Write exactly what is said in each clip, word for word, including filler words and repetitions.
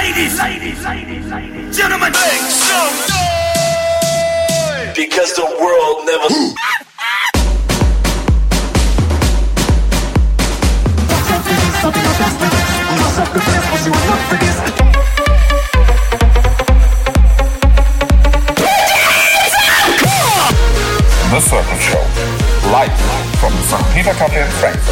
Ladies, ladies, ladies, ladies, gentlemen, make some noise! Because the world never... The Circle Show, live from the Sankt Peter Café in Frankfurt.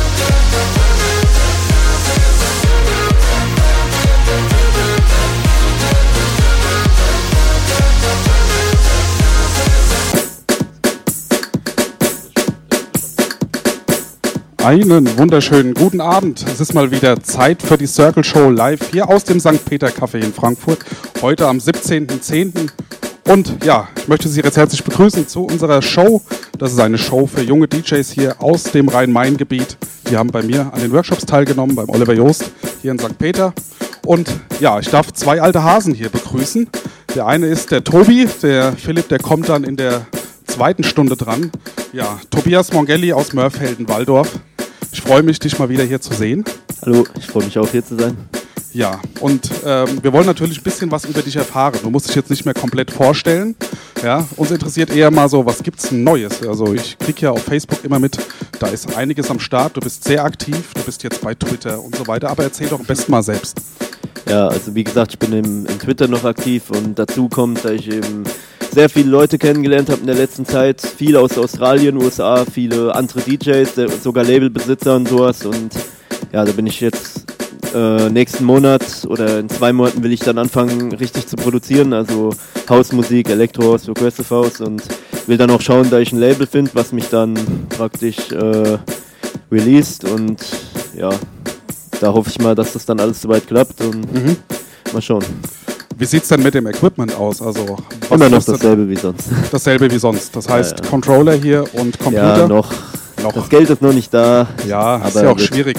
Einen wunderschönen guten Abend. Es ist mal wieder Zeit für die Circle Show live hier aus dem Sankt Peter Café in Frankfurt. Heute am siebzehnten zehnten Und ja, ich möchte Sie jetzt herzlich begrüßen zu unserer Show. Das ist eine Show für junge D Js hier aus dem Rhein-Main-Gebiet. Die haben bei mir an den Workshops teilgenommen, beim Oliver Joost hier in Sankt Peter. Und ja, ich darf zwei alte Hasen hier begrüßen. Der eine ist der Tobi, der Philipp, der kommt dann in der zweiten Stunde dran. Ja, Tobias Mongelli aus Mörfelden-Walldorf. Ich freue mich, dich mal wieder hier zu sehen. Hallo, ich freue mich auch hier zu sein. Ja, und ähm, wir wollen natürlich ein bisschen was über dich erfahren. Du musst dich jetzt nicht mehr komplett vorstellen. Ja, uns interessiert eher mal so, was gibt's Neues? Also ich kriege ja auf Facebook immer mit, da ist einiges am Start. Du bist sehr aktiv, du bist jetzt bei Twitter und so weiter. Aber erzähl doch am besten mal selbst. Ja, also wie gesagt, ich bin im, im Twitter noch aktiv und dazu kommt, dass ich eben sehr viele Leute kennengelernt habe in der letzten Zeit. Viele aus Australien, U S A, viele andere D Js, sogar Labelbesitzer und sowas. Und ja, da bin ich jetzt äh, nächsten Monat oder in zwei Monaten will ich dann anfangen, richtig zu produzieren. Also Hausmusik, Elektrohaus, Progressive House und will dann auch schauen, dass ich ein Label finde, was mich dann praktisch äh, released. Und ja, da hoffe ich mal, dass das dann alles soweit klappt und mhm. mal schauen. Wie sieht es denn mit dem Equipment aus? Also, was immer noch dasselbe wie sonst. Dasselbe wie sonst. Das heißt, ja, ja. Controller hier und Computer? Ja, noch. noch. Das Geld ist noch nicht da. Ja, aber ist ja auch schwierig.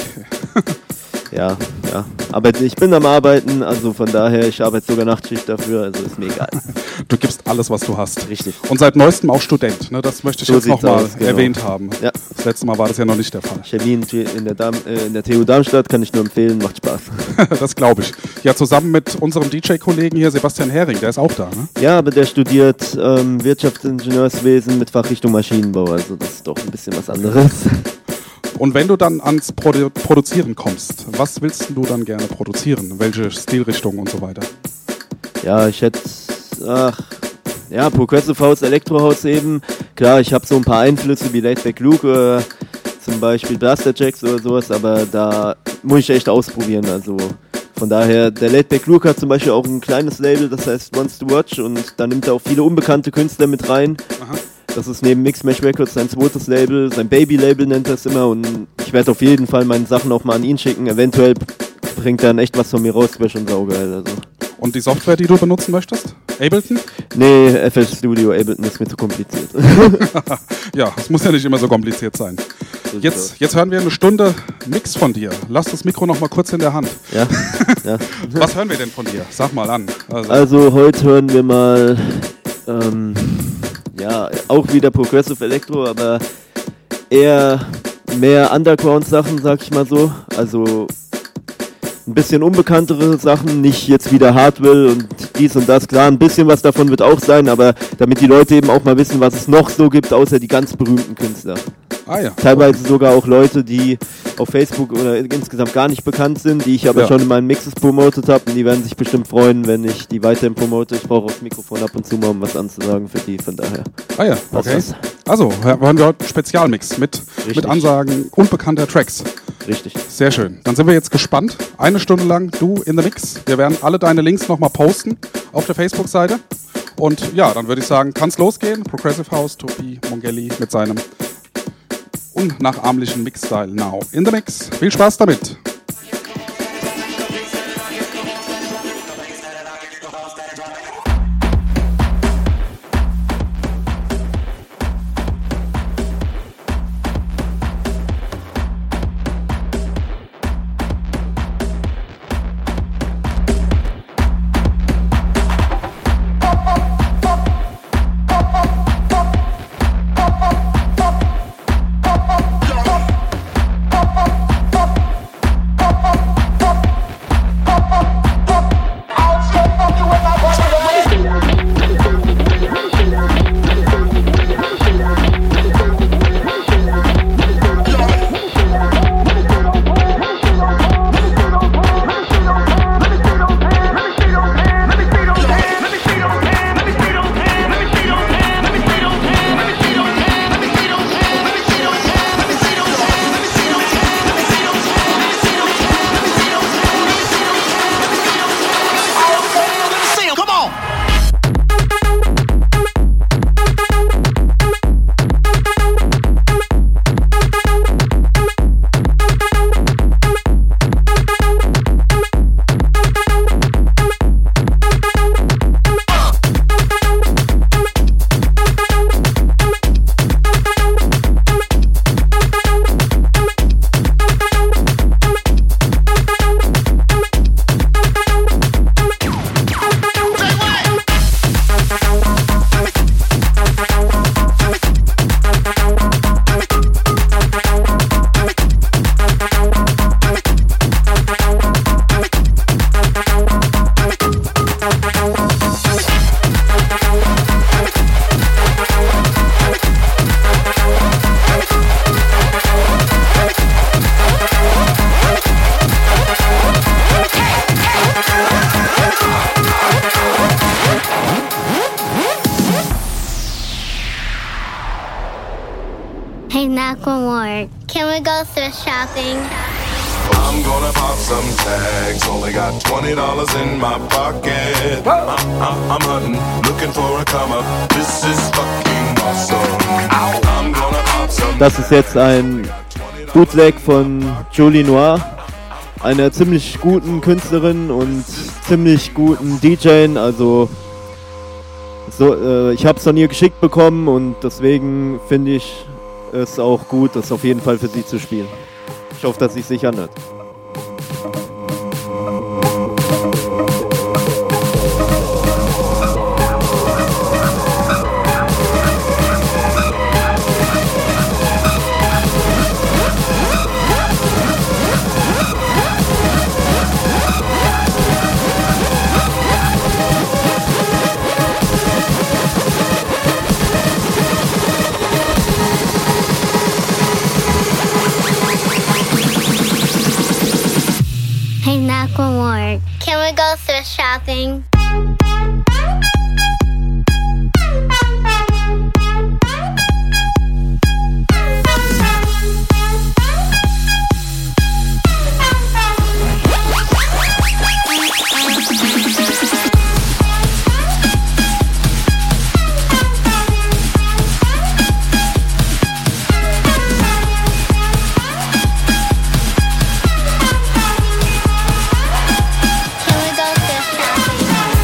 Ja, ja. Aber ich bin am Arbeiten, also von daher, ich arbeite sogar Nachtschicht dafür, also ist mir egal. Du gibst alles, was du hast. Richtig. Und seit neuestem auch Student, ne? Das möchte ich so jetzt nochmal genau. erwähnt haben. Ja. Das letzte Mal war das ja noch nicht der Fall. Chemie in der, Darm, äh, in der T U Darmstadt kann ich nur empfehlen, macht Spaß. Das glaube ich. Ja, zusammen mit unserem D J-Kollegen hier, Sebastian Hering, der ist auch da, ne? Ja, aber der studiert ähm, Wirtschaftsingenieurswesen mit Fachrichtung Maschinenbau, also das ist doch ein bisschen was anderes. Und wenn du dann ans Produ- Produzieren kommst, was willst du dann gerne produzieren? Welche Stilrichtung und so weiter? Ja, ich hätte, ach, ja, Progressive House, Elektrohaus eben. Klar, ich habe so ein paar Einflüsse wie Laidback Luke, äh, zum Beispiel Blaster Jacks oder sowas, aber da muss ich echt ausprobieren. Also von daher, der Laidback Luke hat zum Beispiel auch ein kleines Label, das heißt Wants to Watch und da nimmt er auch viele unbekannte Künstler mit rein. Aha. Das ist neben Mixmash Records sein zweites Label, sein Baby-Label nennt er es immer und ich werde auf jeden Fall meine Sachen auch mal an ihn schicken. Eventuell bringt er dann echt was von mir raus, wäre schon saugeil. Also. Und die Software, die du benutzen möchtest? Ableton? Nee, F L Studio, Ableton ist mir zu kompliziert. Ja, es muss ja nicht immer so kompliziert sein. Jetzt, jetzt hören wir eine Stunde Mix von dir. Lass das Mikro noch mal kurz in der Hand. Ja, ja. Was hören wir denn von dir? Sag mal an. Also, also heute hören wir mal... Ähm, ja, auch wieder Progressive Electro, aber eher mehr Underground-Sachen, sag ich mal so. Also ein bisschen unbekanntere Sachen, nicht jetzt wieder Hardwell und dies und das. Klar, ein bisschen was davon wird auch sein, aber damit die Leute eben auch mal wissen, was es noch so gibt, außer die ganz berühmten Künstler. Ah, ja. Teilweise sogar auch Leute, die auf Facebook oder insgesamt gar nicht bekannt sind, die ich aber ja. schon in meinen Mixes promotet habe und die werden sich bestimmt freuen, wenn ich die weiterhin promote. Ich brauche das Mikrofon ab und zu mal, um was anzusagen für die, von daher. Ah ja, okay. Was? Also, hören wir heute einen Spezialmix mit, mit Ansagen unbekannter Tracks. Richtig. Sehr schön. Dann sind wir jetzt gespannt. Eine Stunde lang du in the Mix. Wir werden alle deine Links nochmal posten auf der Facebook-Seite. Und ja, dann würde ich sagen, kann es losgehen. Progressive House, Tobi Mongelli mit seinem unnachahmlichen Mix-Style now. In the Mix. Viel Spaß damit. thrift shopping. I'm gonna pop some tags. Only got twenty dollars in my pocket. I, I, I'm hunting, looking for a come up. This is fucking awesome. I'm gonna pop some. Das ist jetzt ein Bootleg von Jolie Noir, einer ziemlich guten Künstlerin und ziemlich guten D J. Also so, äh, ich habe es von ihr geschickt bekommen und deswegen finde ich es auch gut, das auf jeden Fall für sie zu spielen. Ich hoffe, dass sie es sich anhört. Can we go thrift shopping? Can we go thrift shopping?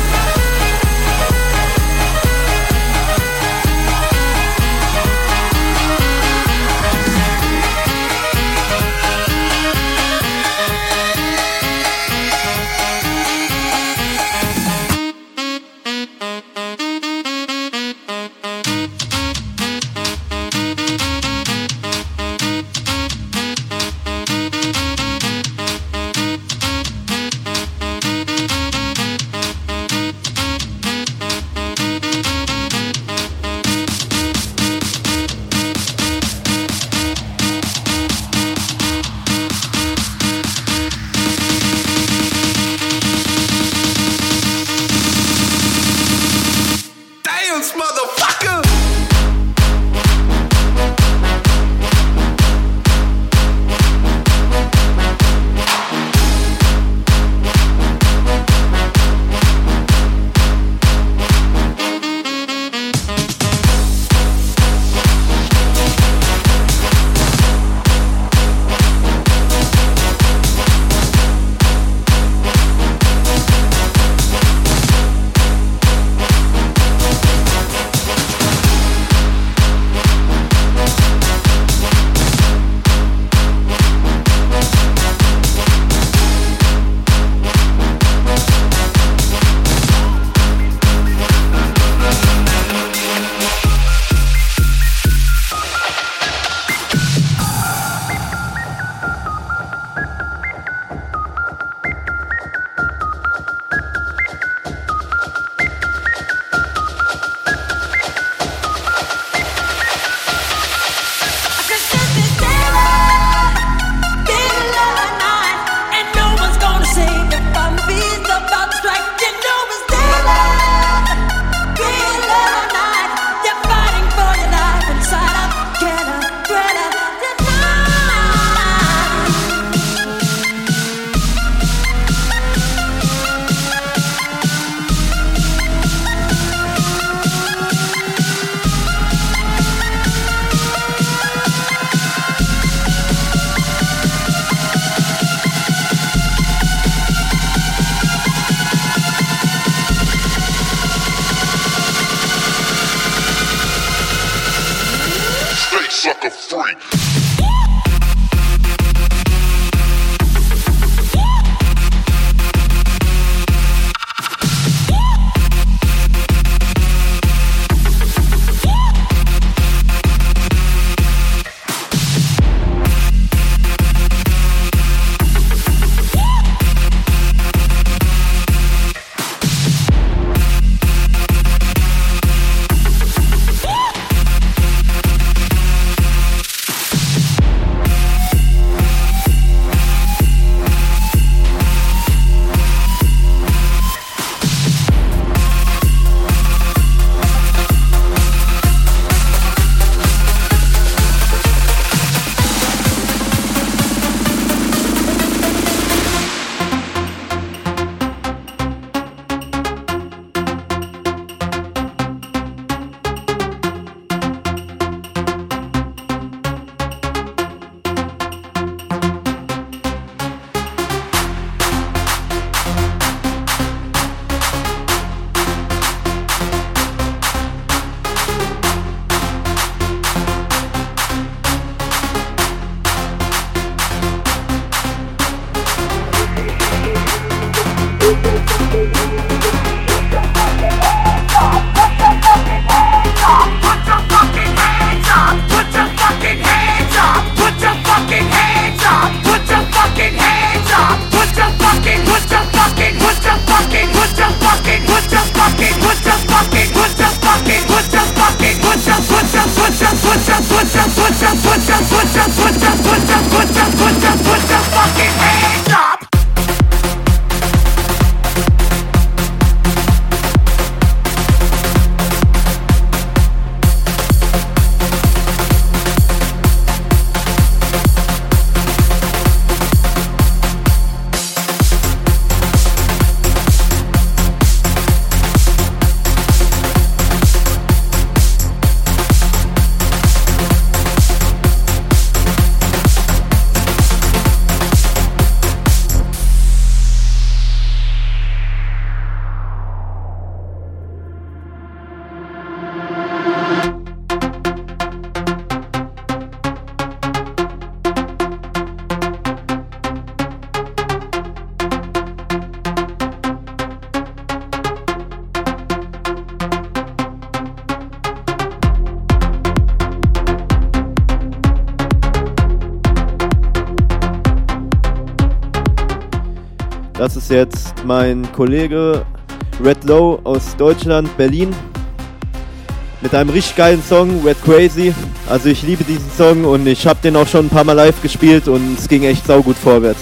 Das ist jetzt mein Kollege Red Low aus Deutschland, Berlin. Mit einem richtig geilen Song, Red Crazy. Also ich liebe diesen Song und ich habe den auch schon ein paar Mal live gespielt und es ging echt saugut vorwärts.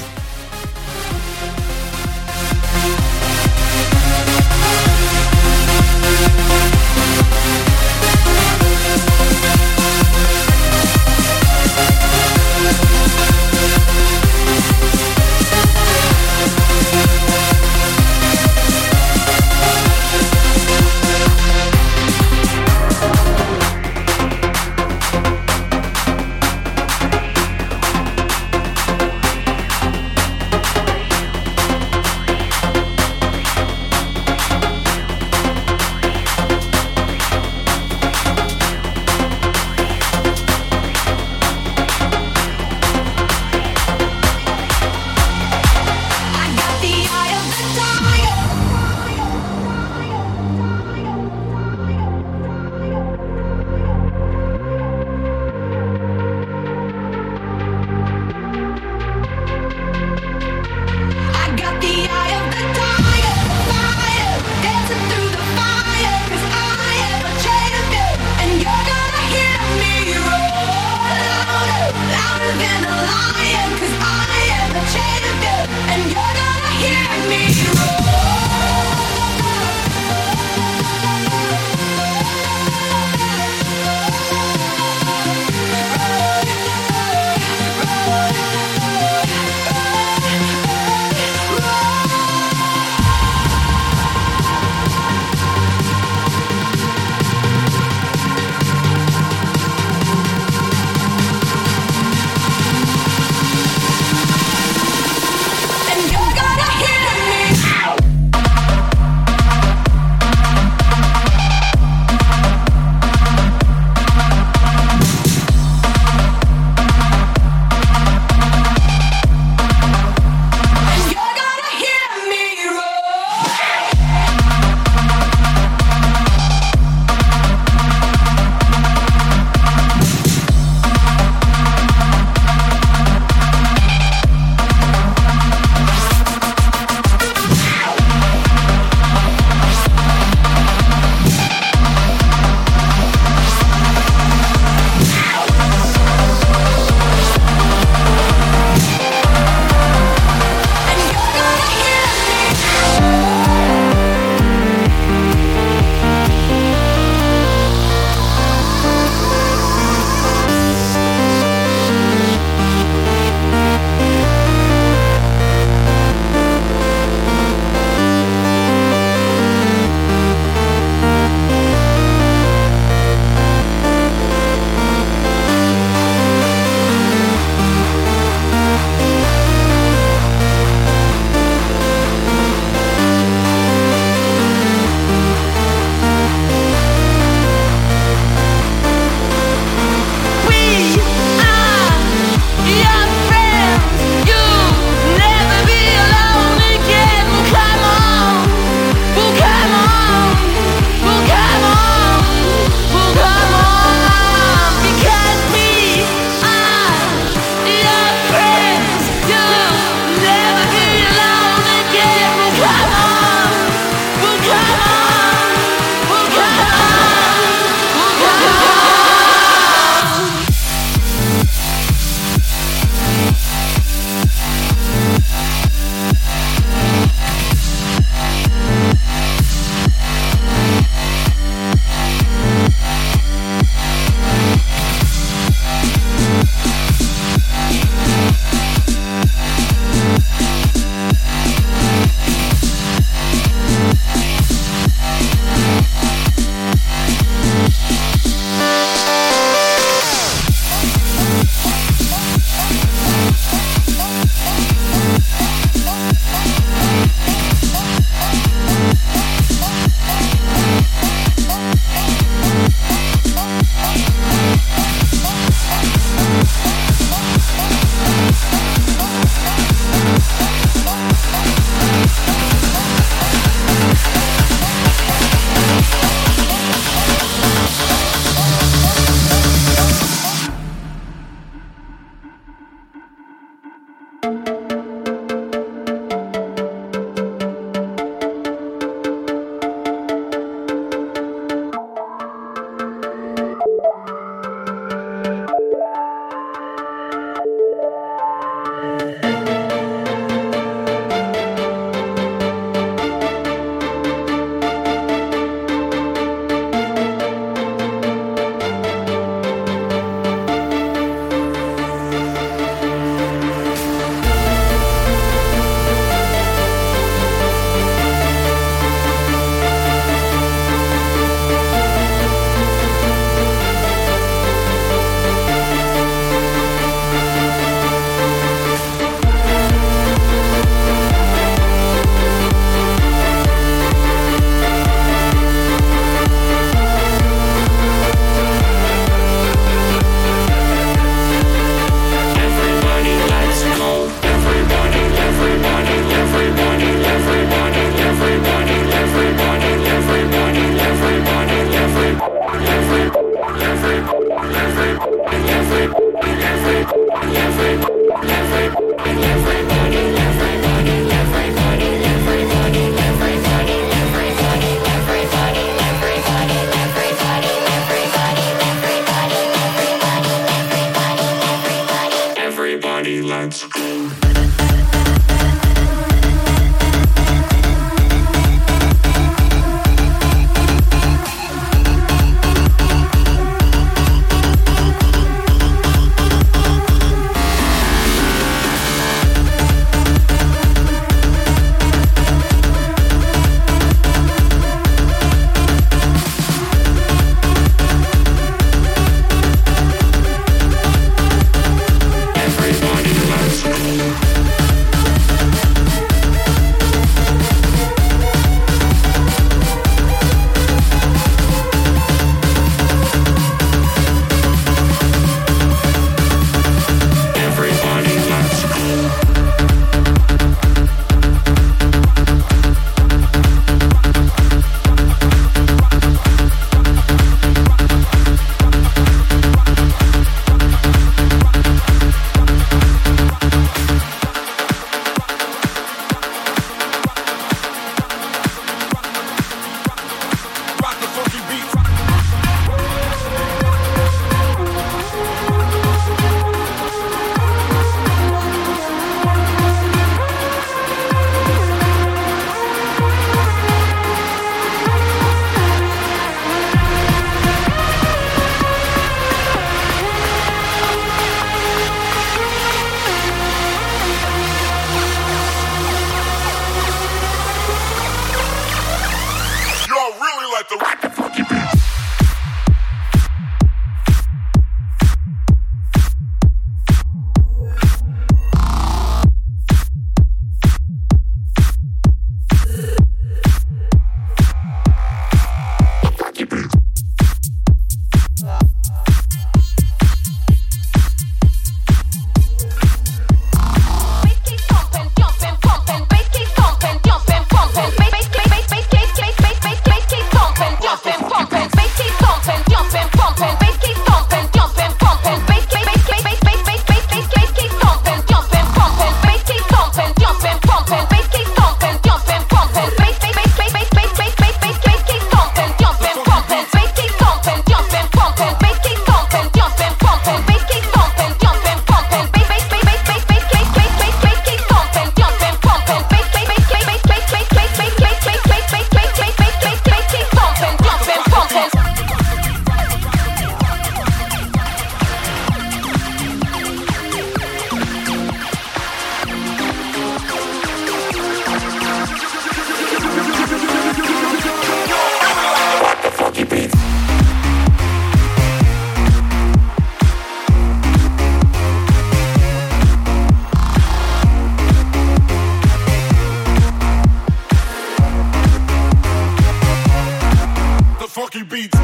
funky beats.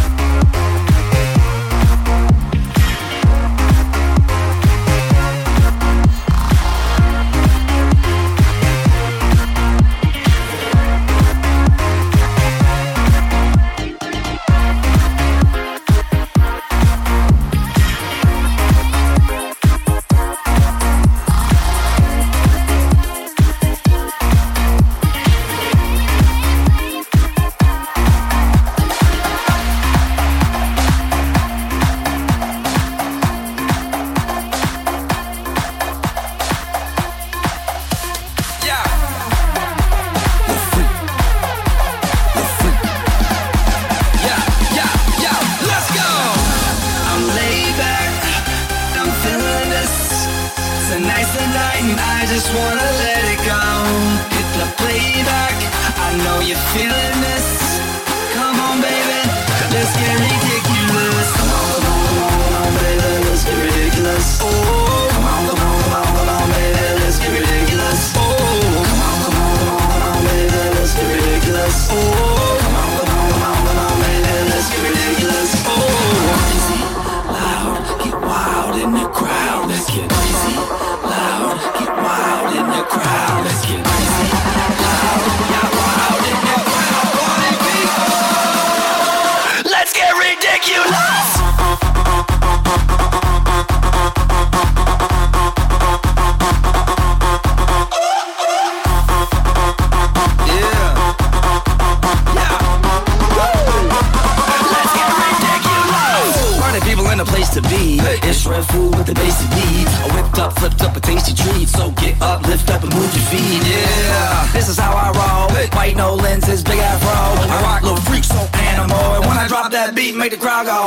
Make the crowd go,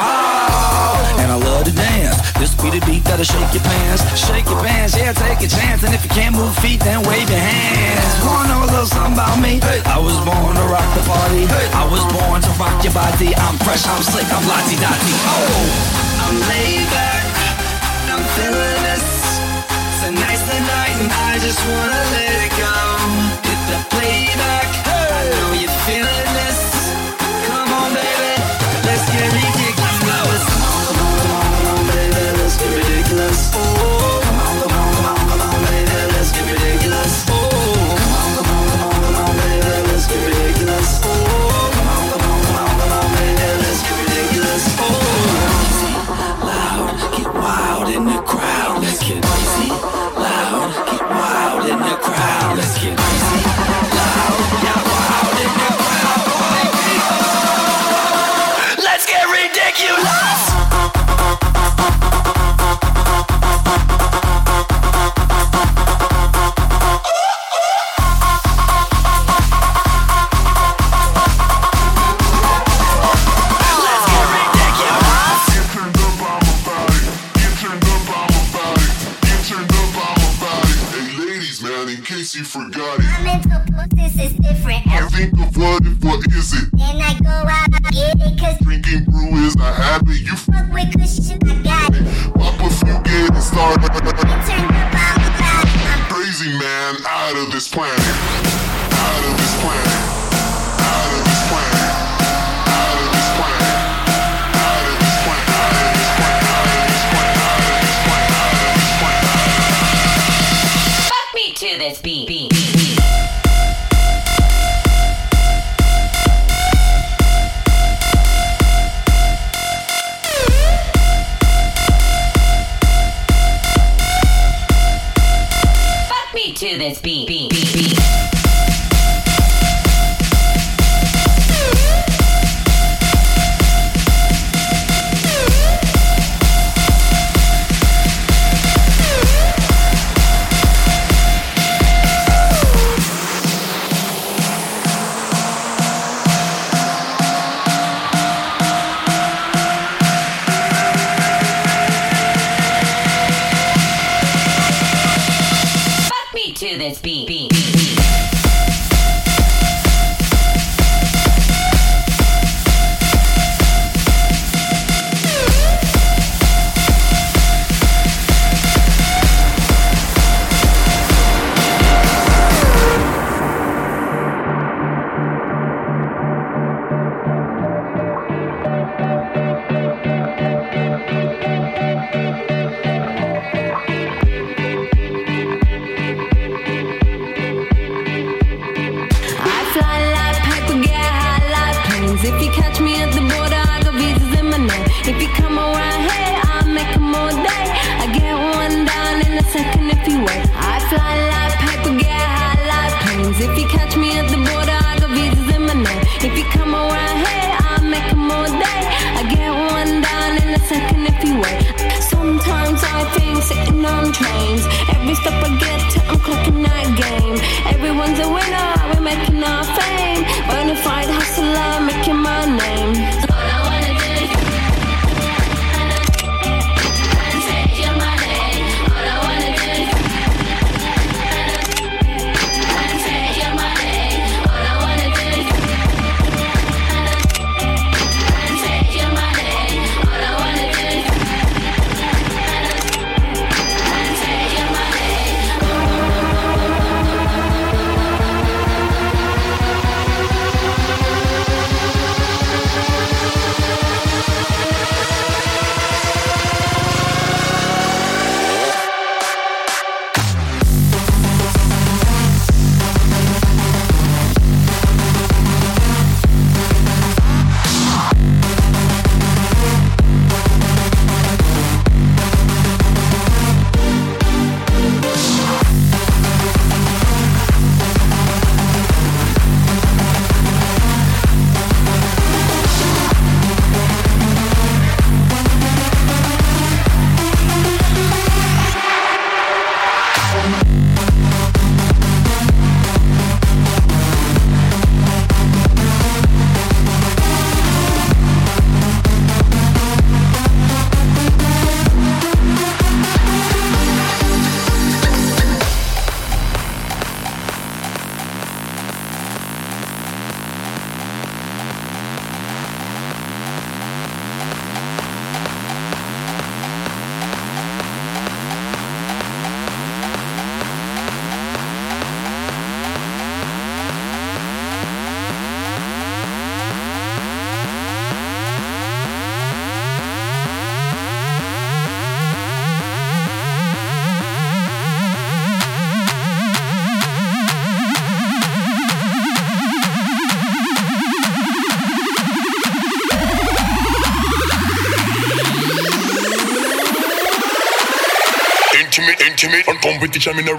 oh! And I love to dance. This be the beat that'll shake your pants. Shake your pants, yeah, take a chance. And if you can't move feet, then wave your hands. Wanna know a little something about me? I was born to rock the party. I was born to rock your body. I'm fresh, I'm slick, I'm lottie-dottie. Oh! I'm laid back, I'm feeling this. It's a nice night and I just wanna let it go. Hit the playback, I know you're feeling this. Come on, baby. Let's get ridiculous. Come on, come on, come on, baby, let's get ridiculous. Oh, come on, come on, come on, come on, baby, let's get ridiculous. Oh, come on, come on, come on, come on, baby, let's get ridiculous. Oh, come on, come on, come on, come on, baby, let's get ridiculous. Oh, easy, loud, get wild in the crowd. Let's get easy, loud, get wild in the crowd. Let's get easy, loud, get wild in the crowd. Let's get ridiculous! You forgot it. My mental process is different. I think of what if, what is it? Then I go out and get it, cause Drinking brew is a habit. You fuck with cushion, I got it. pop if you get it started. Turn up, I'm about it. I'm Crazy man, out of this planet. Out of this planet. Out of this planet. Out of this planet. Out of this planet. Out of this planet. Out of this planet. Out of this planet. Out of this planet. Fuck me to this beat. beat. To this beat, beat, beat, beat. To this beat, beat, beat, beat. planes. If you catch me at the border, I got visas in my name. If you come around here, I'll make them all day. I get one down in a second if you wait. I fly like paper, get high like planes. If you catch me at the border, I got visas in my name. If you come around here, I'll make them all day. I get one down in a second if you wait. Sometimes I think sitting on trains. Every step I get to, I'm clocking that game. Everyone's a winner, we're making our fame. Bonafide hustler, making my name. All I wanna do is and take your money. All I wanna do is and take your money. All I wanna do is and take your money. All I wanna do is and take your money. Intimate, intimate, and competition in a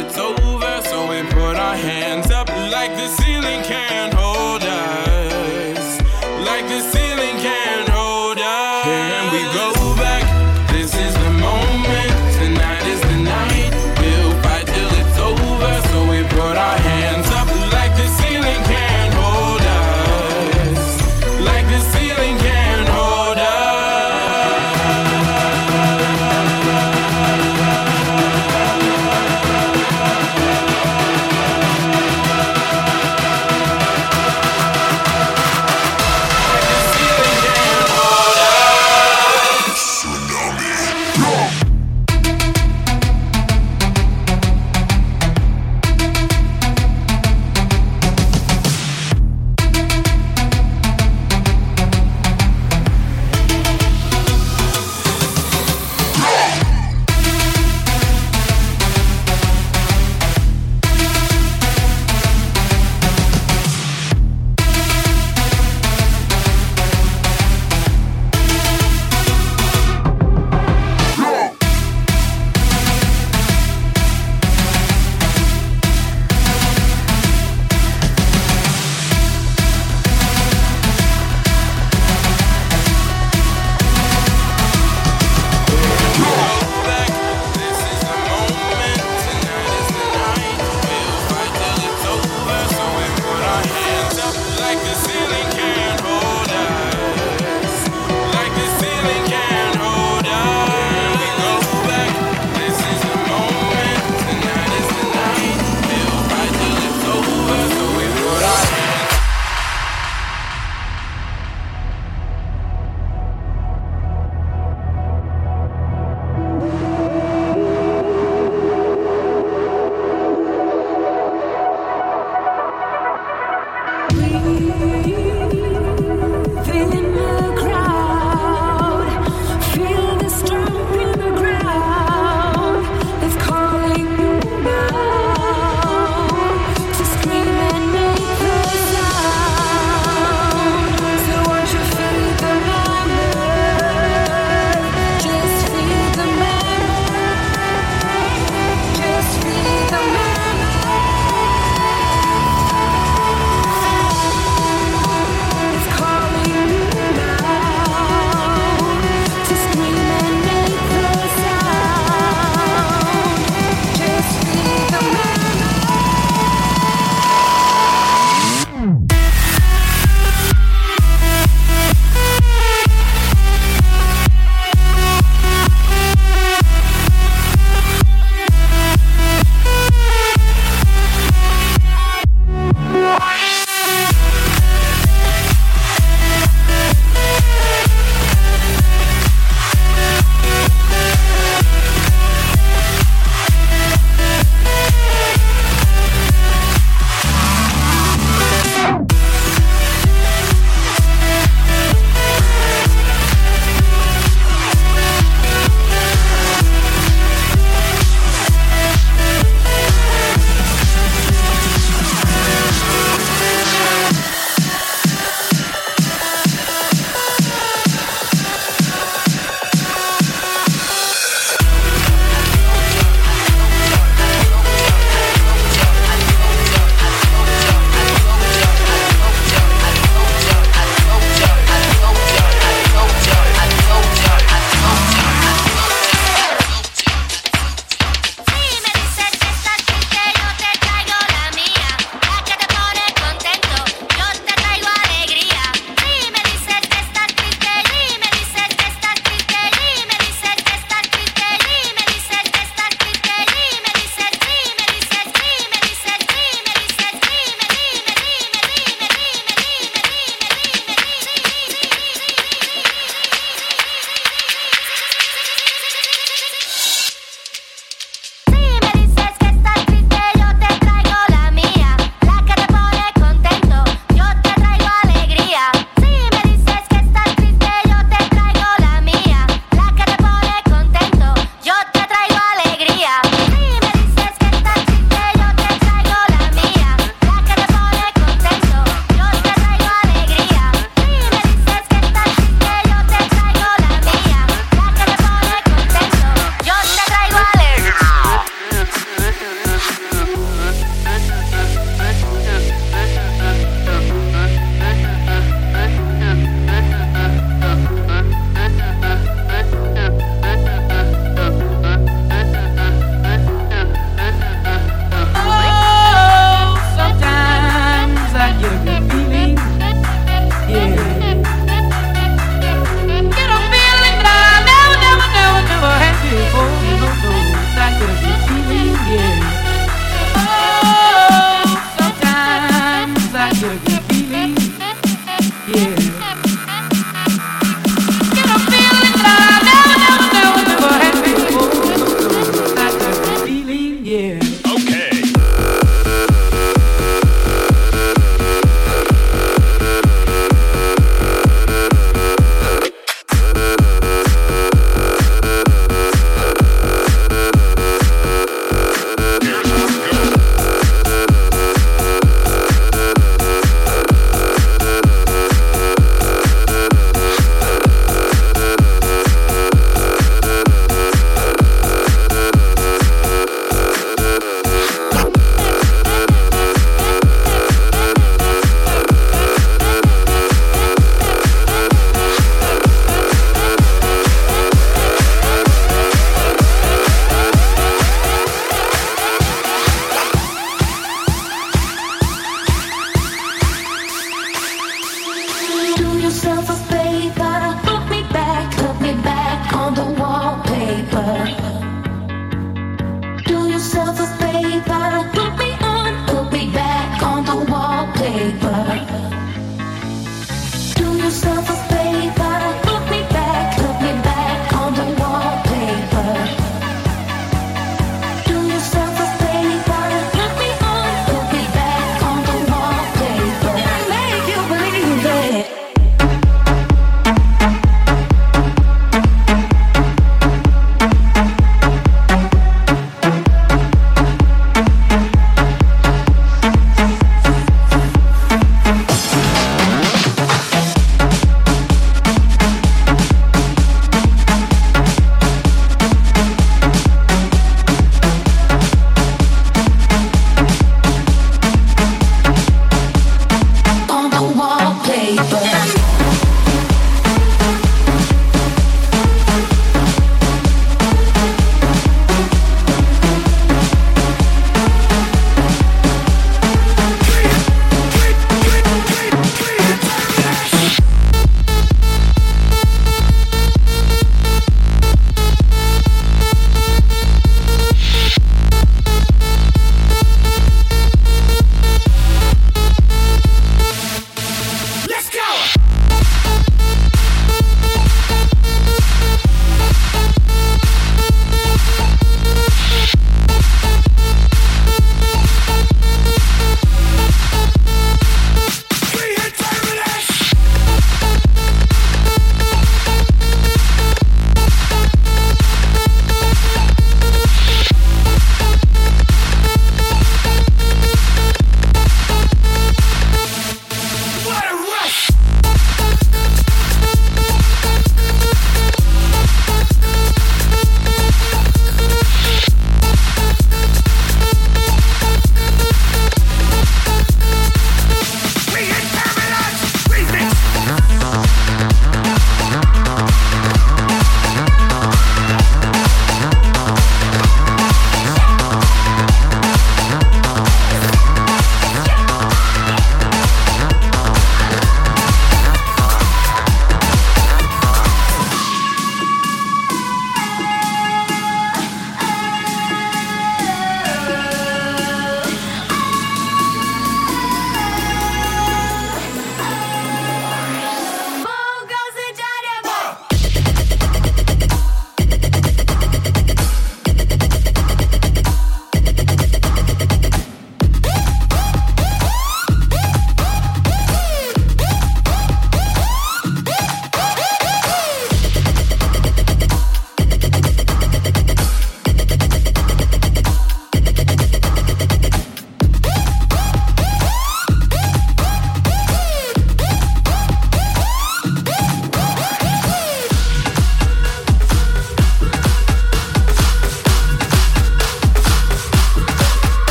it's over. So we put our hands up like the ceiling can't hold us. Like the ceiling can't hold us. Can we go back? This is the moment. Tonight is the night. We'll fight till it's over. So we put our hands up like the ceiling can't hold us. Like the ceiling can't hold us.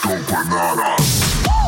go bananas.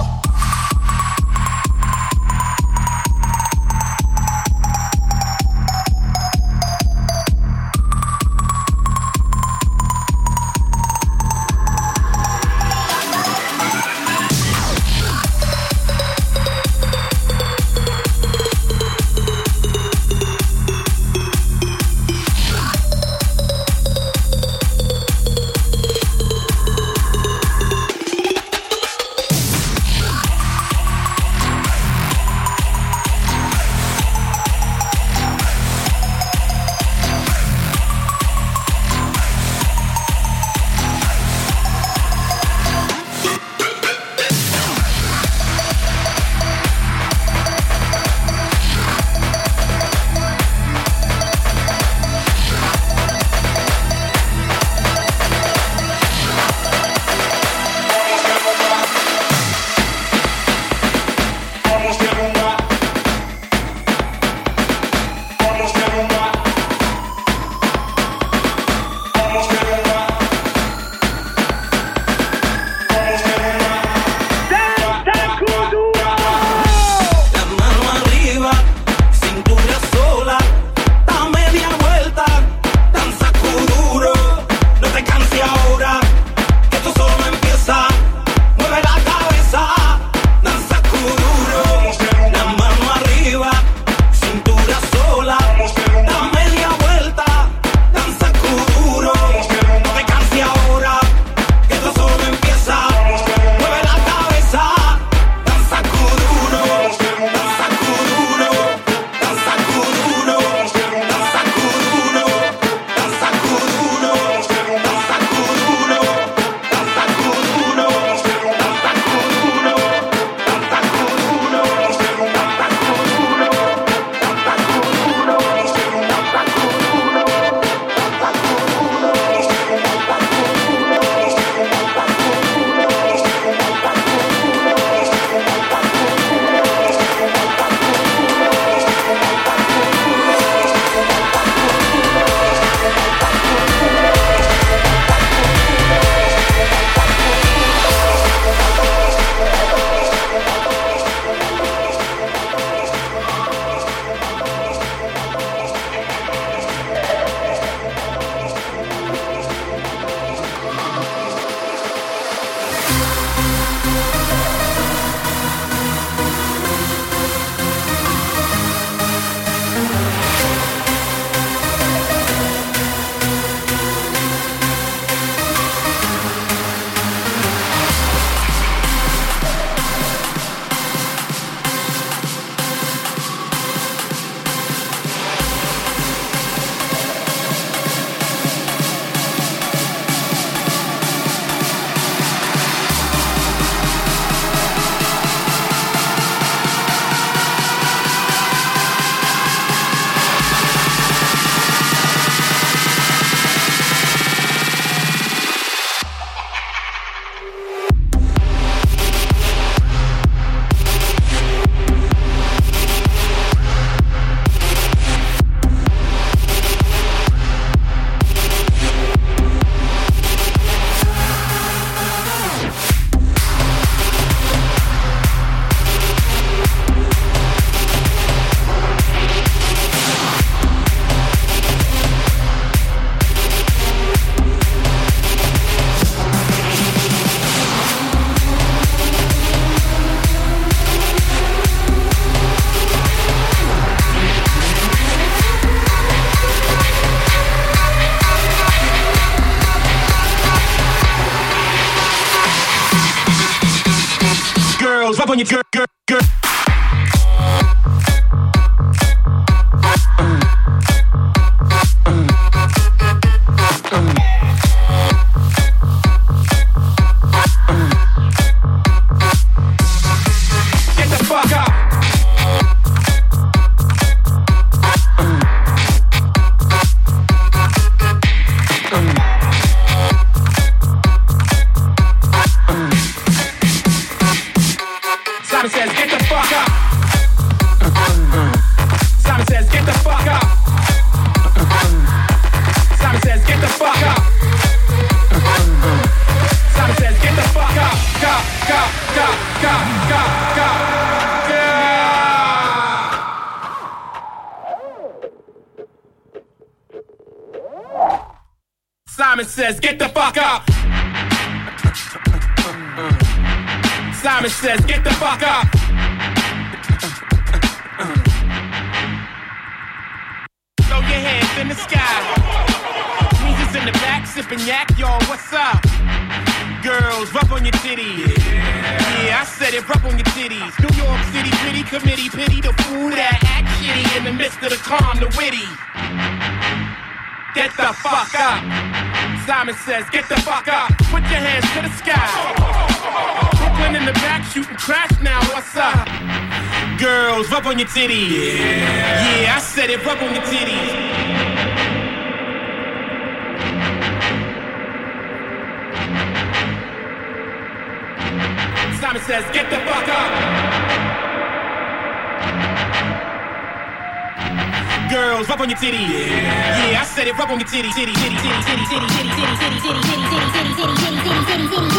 Rub on your girl, girl, girl. Get the fuck up. Simon says, get the fuck up. fuck up, go, go, go, go, go, go, go. Simon says, get the fuck up. Simon says, get the fuck up. Throw your hands in the sky. Weezer's in the back, sipping yak, y'all, what's up? Girls, rub on your titties. Yeah, yeah, I said it, rub on your titties. New York City Pretty Committee, pity the fool that act shitty in the midst of the calm, the witty. Get the fuck up. Simon says, get the fuck up. Put your hands to the sky. Brooklyn in the back shooting crash now, what's up? Girls, rub on your titties. Yeah, yeah, I said it, rub on your titties. Simon says, get the fuck up. Girls, rub on your titties. Yeah, yeah, I said it, rub on your titties. Titty, titty, titty, titty, titty, titty, titty, titty, titty, titty, titty, titty, titty, titty, titty, titty,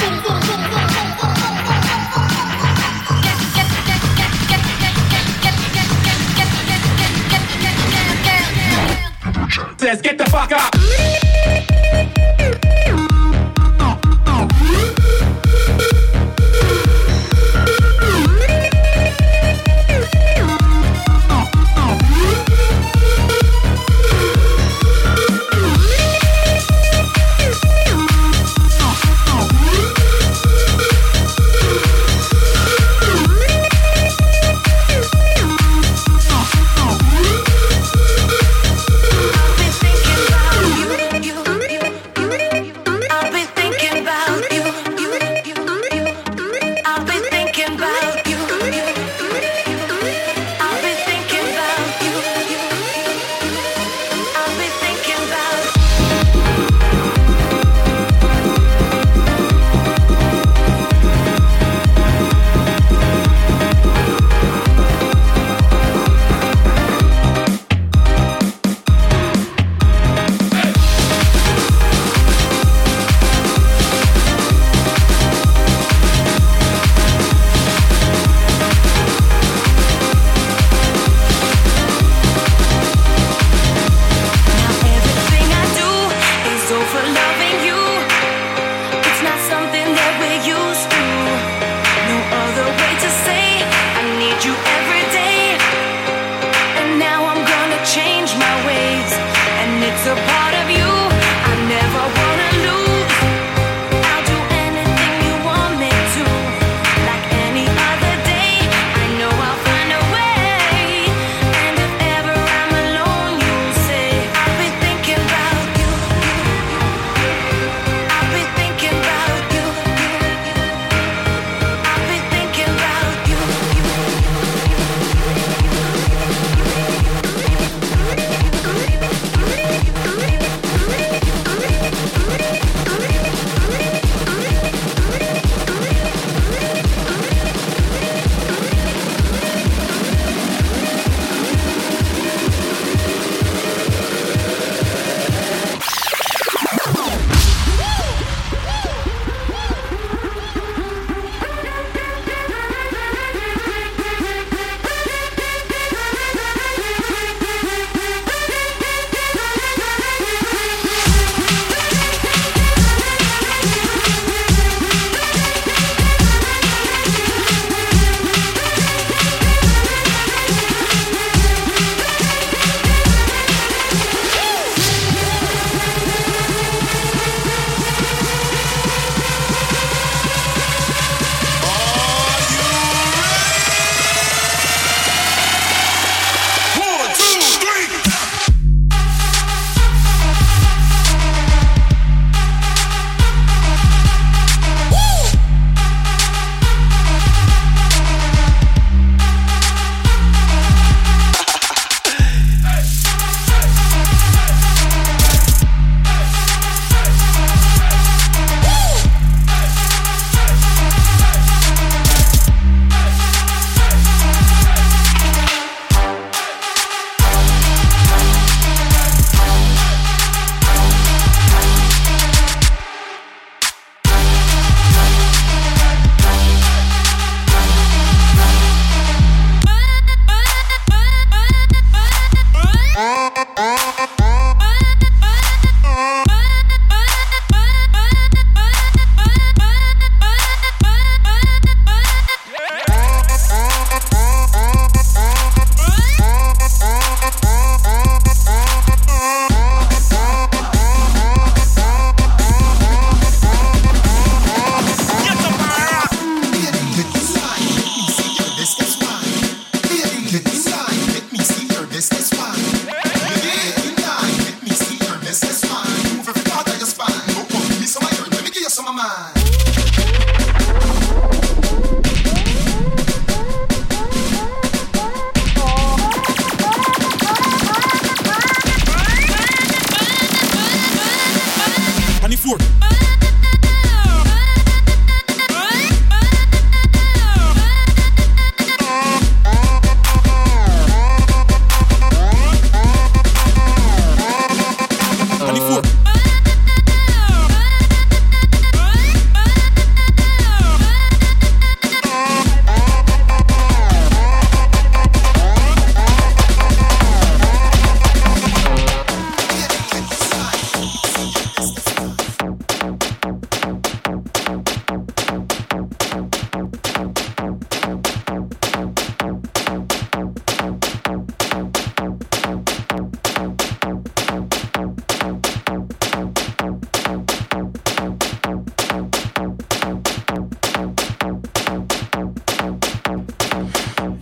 says, get the fuck up. I've been thinking about you.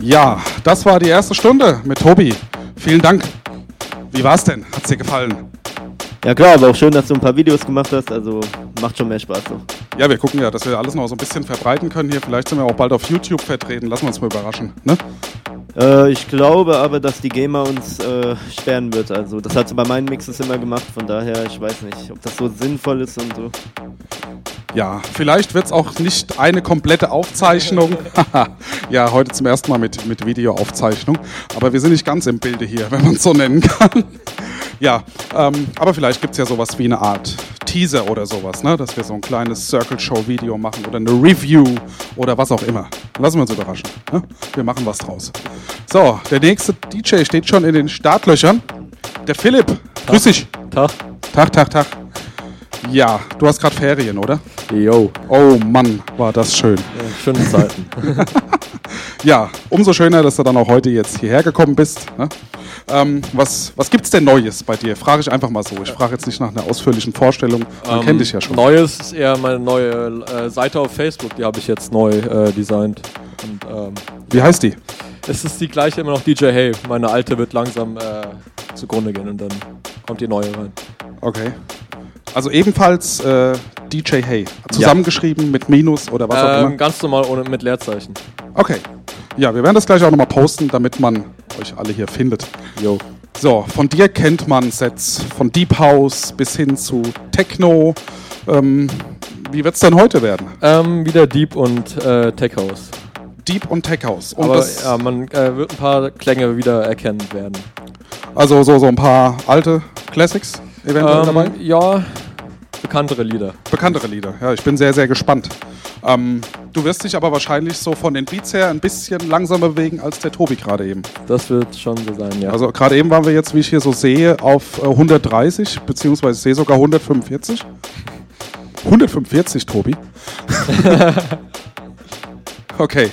Ja, das war die erste Stunde mit Tobi. Vielen Dank. Wie war's denn? Hat's dir gefallen? Ja klar, aber auch schön, dass du ein paar Videos gemacht hast, also macht schon mehr Spaß so. Ja, wir gucken ja, dass wir alles noch so ein bisschen verbreiten können hier. Vielleicht sind wir auch bald auf YouTube vertreten. Lassen wir uns mal überraschen, ne? Äh, ich glaube aber, dass die GEMA uns äh, sperren wird. Also das hat sie bei meinen Mixes immer gemacht, von daher, ich weiß nicht, ob das so sinnvoll ist und so. Ja, vielleicht wird es auch nicht eine komplette Aufzeichnung. Ja, heute zum ersten Mal mit, mit Videoaufzeichnung. Aber wir sind nicht ganz im Bilde hier, wenn man es so nennen kann. Ja, ähm, aber vielleicht gibt es ja sowas wie eine Art Teaser oder sowas, ne? Dass wir so ein kleines Circle-Show-Video machen oder eine Review oder was auch immer. Lassen wir uns überraschen. Ne? Wir machen was draus. So, der nächste D J steht schon in den Startlöchern. Der Philipp. Grüß dich. Tag. Tag, Tag, Tag. Ja, du hast gerade Ferien, oder? Jo. Oh Mann, war das schön. Ja, schöne Zeiten. Ja, umso schöner, dass du dann auch heute jetzt hierher gekommen bist. Ne? Ähm, was was gibt's denn Neues bei dir? Frage ich einfach mal so. Ich frage jetzt nicht nach einer ausführlichen Vorstellung. Man ähm, kennt dich ja schon. Neues ist eher meine neue äh, Seite auf Facebook. Die habe ich jetzt neu äh, designt. Und, ähm, Wie heißt die? Es ist die gleiche, immer noch D J Hey. Meine alte wird langsam äh, zugrunde gehen und dann kommt die neue rein. Okay. Also ebenfalls äh, D J Hey. Zusammengeschrieben ja. Mit Minus oder was auch ähm, immer? Ganz normal ohne, mit Leerzeichen. Okay. Ja, wir werden das gleich auch nochmal posten, damit man euch alle hier findet. Jo. So, von dir kennt man Sets von Deep House bis hin zu Techno. Ähm, wie wird's denn heute werden? Ähm, wieder Deep und äh, Tech House. Deep und Tech House. Und Aber das, ja, man äh, wird ein paar Klänge wieder erkennen werden. Also so, so ein paar alte Classics eventuell ähm, dabei? Ja, bekanntere Lieder. Bekanntere Lieder, ja, ich bin sehr, sehr gespannt. Ähm, du wirst dich aber wahrscheinlich so von den Beats her ein bisschen langsamer bewegen als der Tobi gerade eben. Das wird schon so sein, ja. Also gerade eben waren wir jetzt, wie ich hier so sehe, auf äh, hundertdreißig, beziehungsweise ich sehe sogar hundertfünfundvierzig. hundertfünfundvierzig, Tobi. Okay.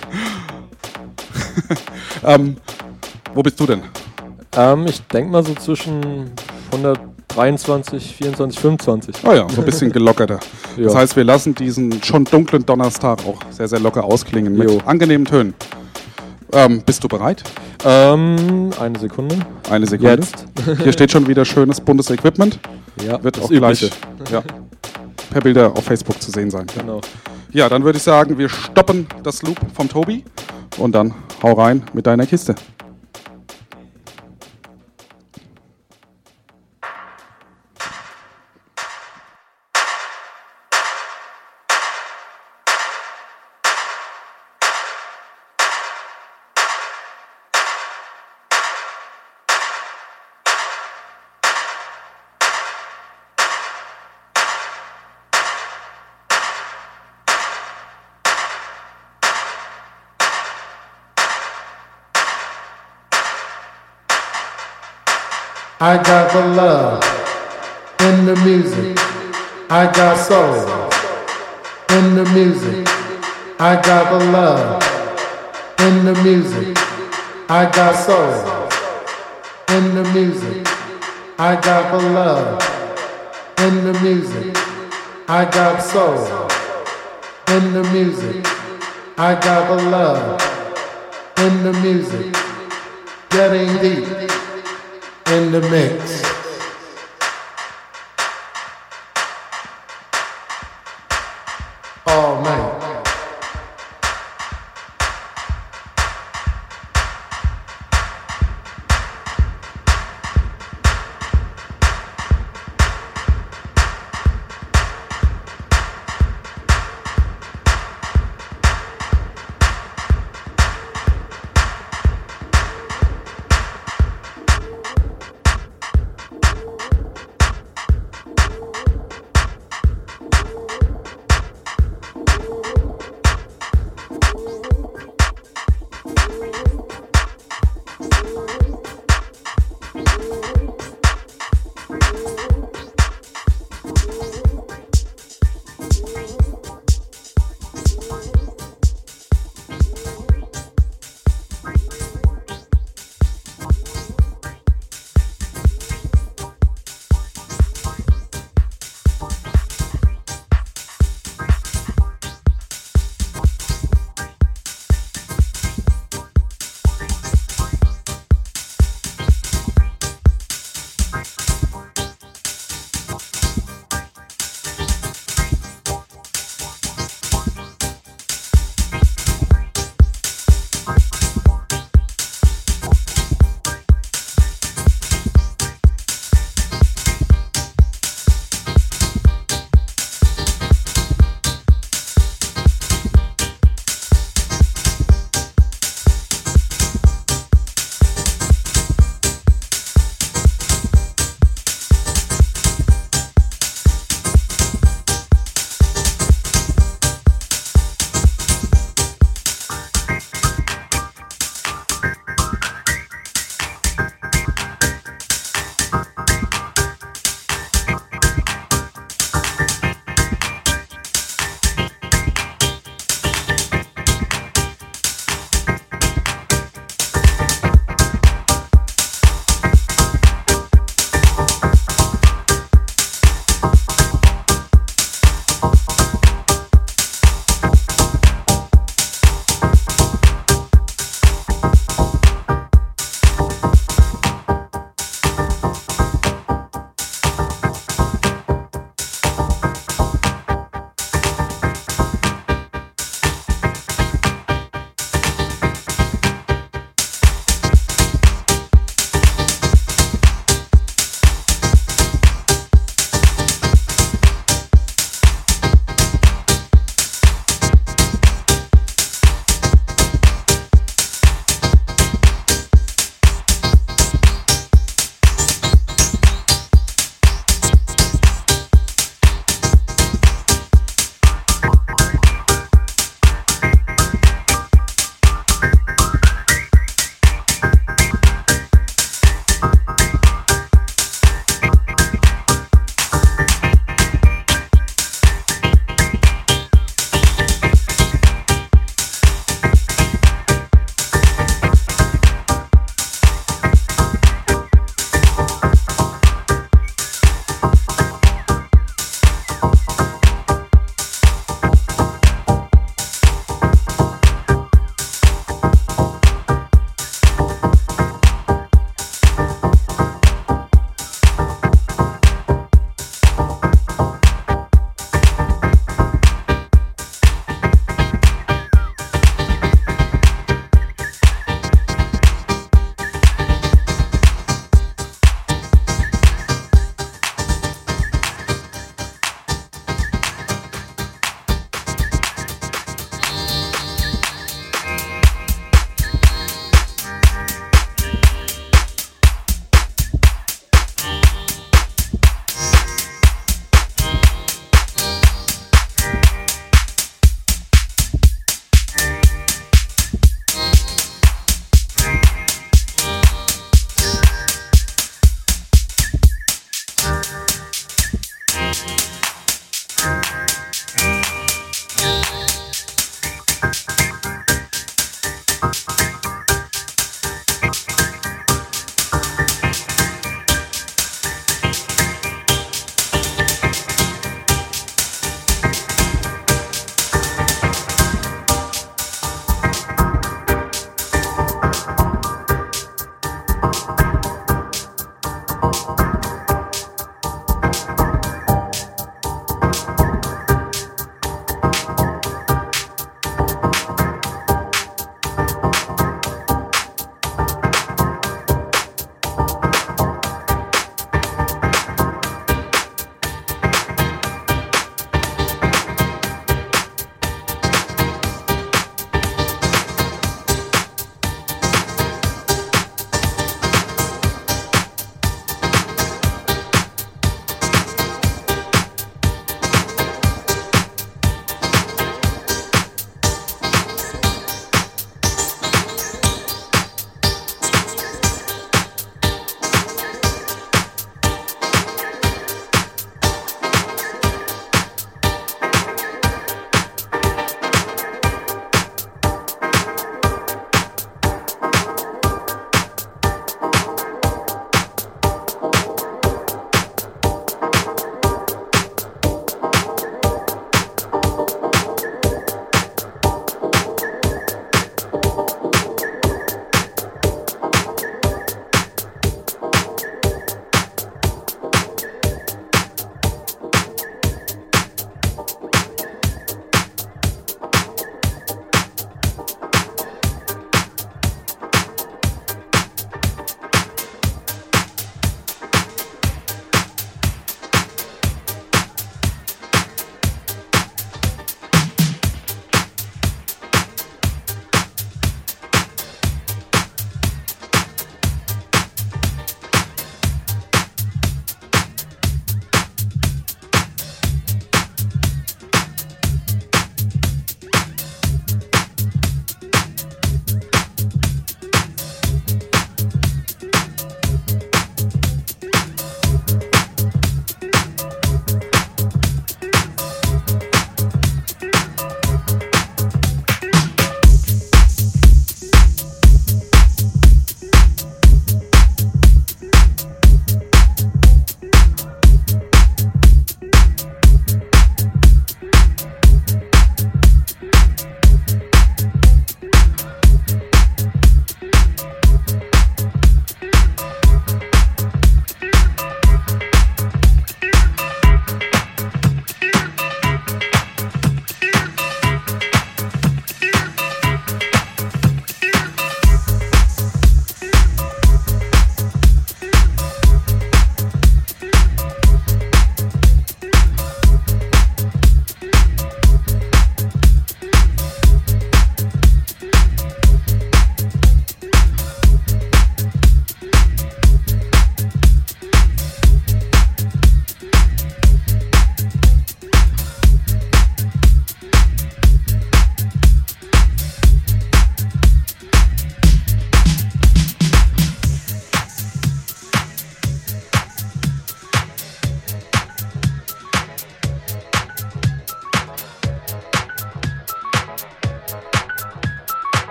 ähm, wo bist du denn? Ähm, ich denke mal so zwischen hundertdreiundzwanzig, vierundzwanzig, fünfundzwanzig. Oh ja, so ein bisschen gelockerter. Ja. Das heißt, wir lassen diesen schon dunklen Donnerstag auch sehr, sehr locker ausklingen mit Jo. angenehmen Tönen. Ähm, bist du bereit? Ähm, eine Sekunde. Eine Sekunde. Jetzt. Hier steht schon wieder schönes buntes Equipment. Ja, Wird das auch gleich Übliche. ja, per Bilder auf Facebook zu sehen sein. Genau. Ja, dann würde ich sagen, wir stoppen das Loop vom Tobi und dann hau rein mit deiner Kiste. I got the love in the music. I got soul in the music. I got the love in the music. I got soul in the music. I got the love in the music. I got soul in the music. I got the love in the music. Getting deep in the mix. All night.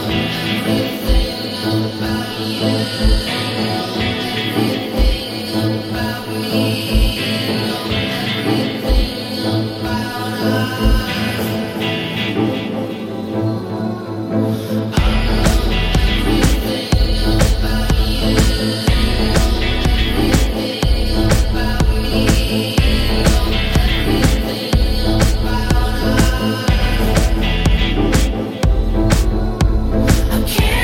I can't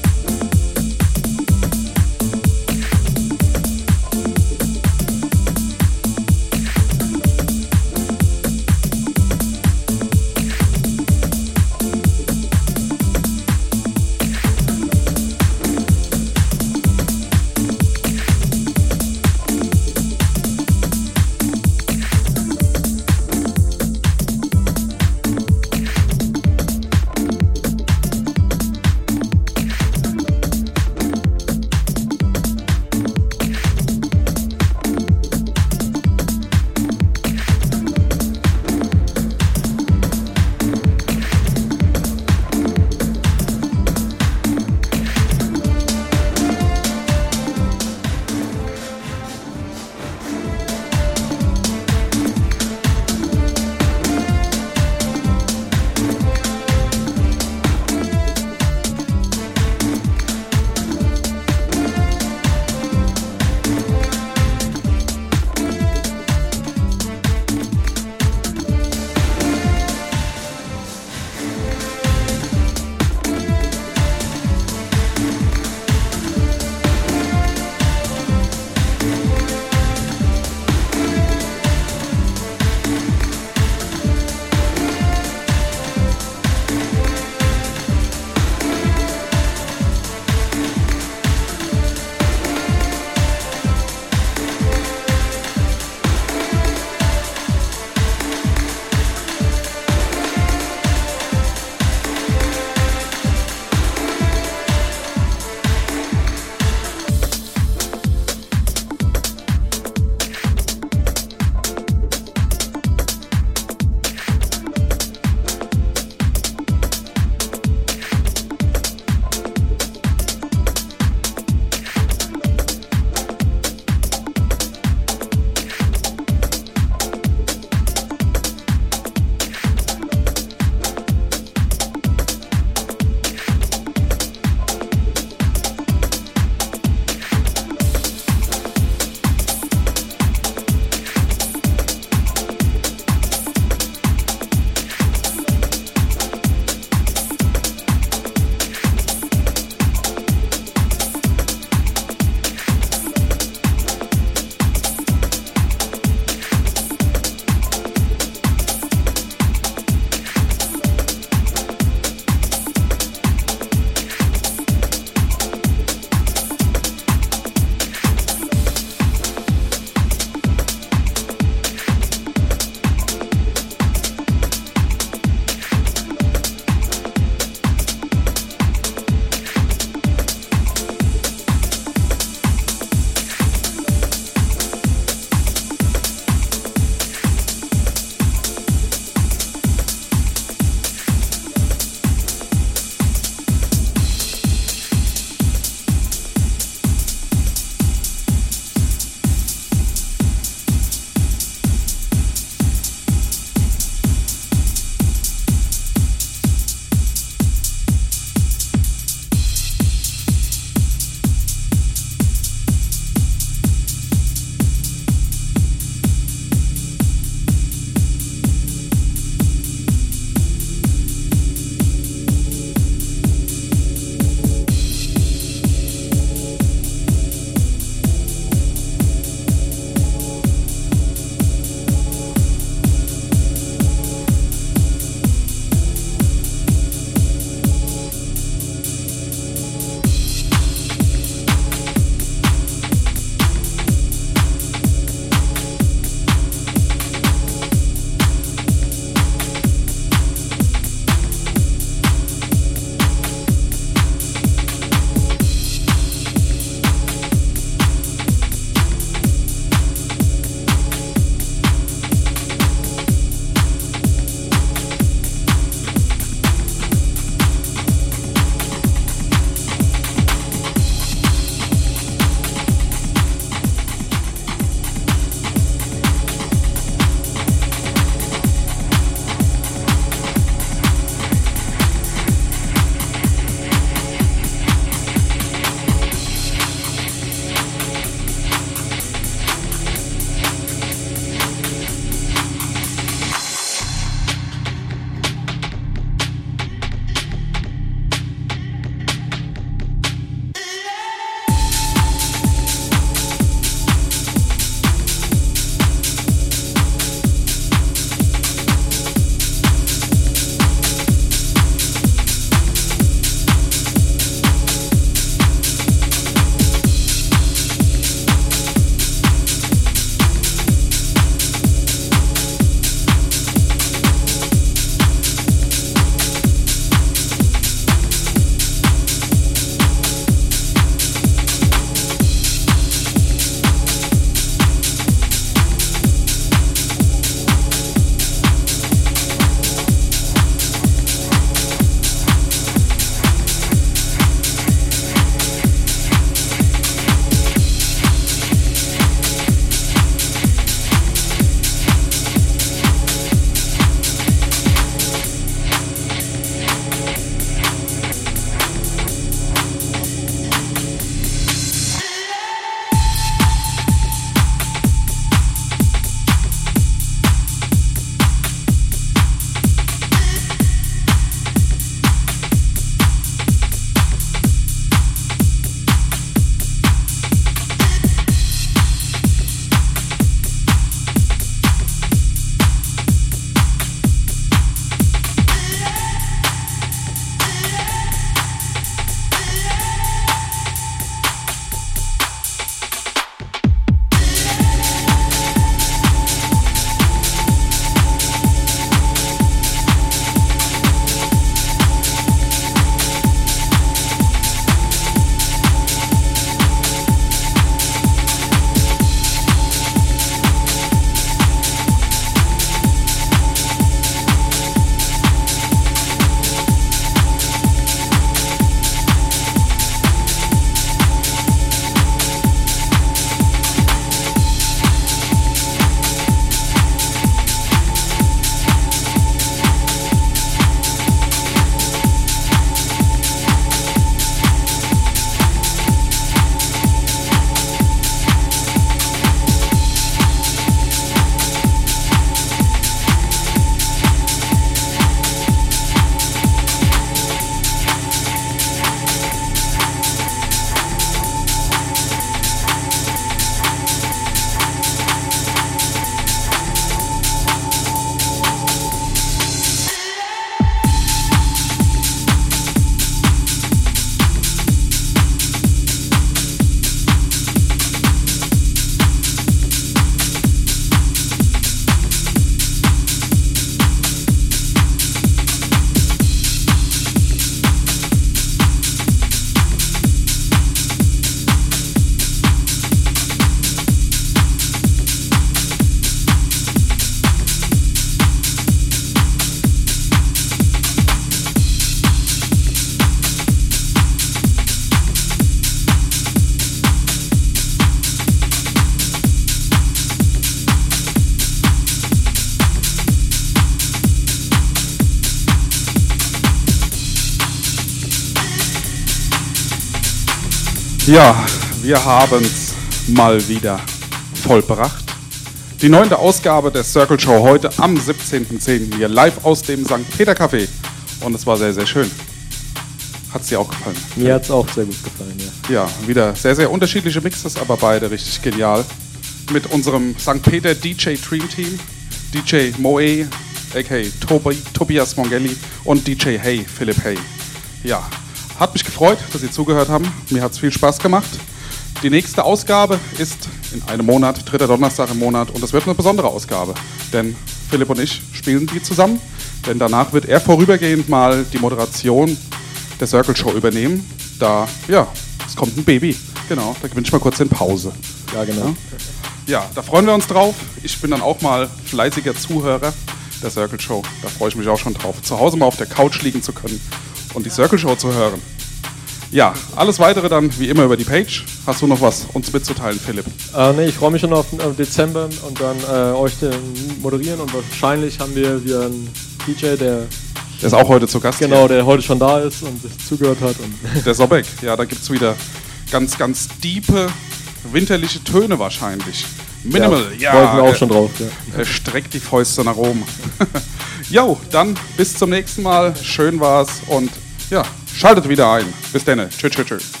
Ja, wir haben's mal wieder vollbracht. Die neunte Ausgabe der Circle Show heute am siebzehnten zehnten hier live aus dem Sankt Peter Café. Und es war sehr, sehr schön. Hat's dir auch gefallen? Mir hat's auch sehr gut gefallen, ja. Ja, wieder sehr, sehr unterschiedliche Mixes, aber beide richtig genial. Mit unserem Sankt Peter D J Dream Team, D J Moe, aka Tobi, Tobias Mongelli und D J Hey, Philipp Hey. Ja, hat mich gefreut, dass ihr zugehört habt. Mir hat's viel Spaß gemacht. Die nächste Ausgabe ist in einem Monat, dritter Donnerstag im Monat, und das wird eine besondere Ausgabe, denn Philipp und ich spielen die zusammen, denn danach wird er vorübergehend mal die Moderation der Circle Show übernehmen. Da, ja, es kommt ein Baby, genau, da gewinne ich mal kurz in Pause. Ja, genau. Ja, da freuen wir uns drauf. Ich bin dann auch mal fleißiger Zuhörer der Circle Show, da freue ich mich auch schon drauf, zu Hause mal auf der Couch liegen zu können und die Circle Show zu hören. Ja, alles Weitere dann wie immer über die Page. Hast du noch was uns mitzuteilen, Philipp? Äh, nee, ich freue mich schon auf äh, Dezember und dann äh, euch den moderieren und wahrscheinlich haben wir wieder einen D J, der... Der ist auch heute zu Gast. Genau, hier. Der heute schon da ist und sich zugehört hat. Und der Sobek, ja, da gibt es wieder ganz, ganz diepe, winterliche Töne wahrscheinlich. Minimal, ja. Freue ich mich auch schon drauf. Ja. Er streckt die Fäuste nach oben. Jo, dann bis zum nächsten Mal. Schön war's und ja, schaltet wieder ein. Bis dann. Tschüss, tschüss, tschüss.